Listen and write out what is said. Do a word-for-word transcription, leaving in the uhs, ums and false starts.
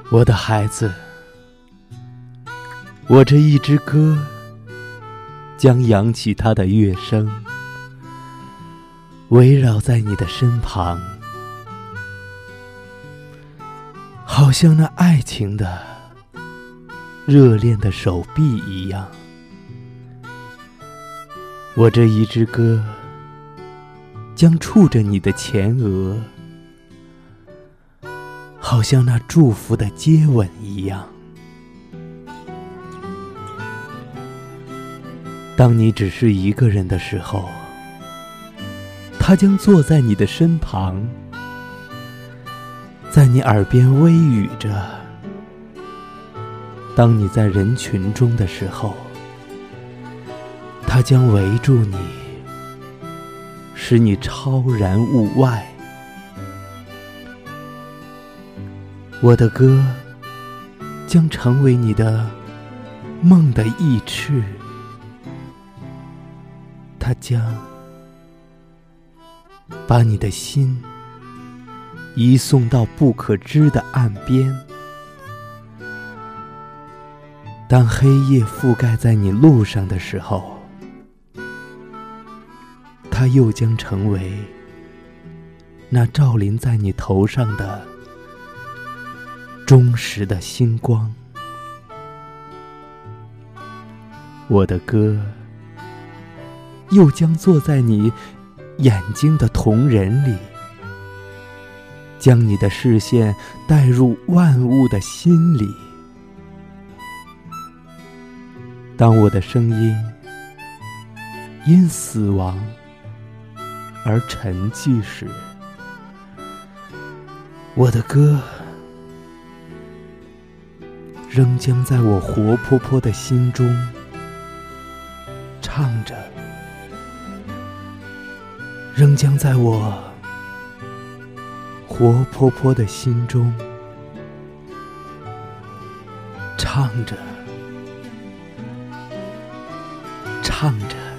我的孩子，我这一支歌将扬起它的乐声，围绕在你的身旁，好像那爱情的热恋的手臂一样。我这一支歌将触着你的前额，好像那祝福的接吻一样。当你只是一个人的时候，他将坐在你的身旁，在你耳边微语着。当你在人群中的时候，他将围住你，使你超然物外。我的歌将成为你的梦的翼翅，它将把你的心移送到不可知的岸边。当黑夜覆盖在你路上的时候，它又将成为那照临在你头上的忠实的星光。我的歌又将坐在你眼睛的瞳仁里，将你的视线带入万物的心里。当我的声音因死亡而沉寂时，我的歌仍将在我活泼泼的心中唱着，仍将在我活泼泼的心中唱着，唱着。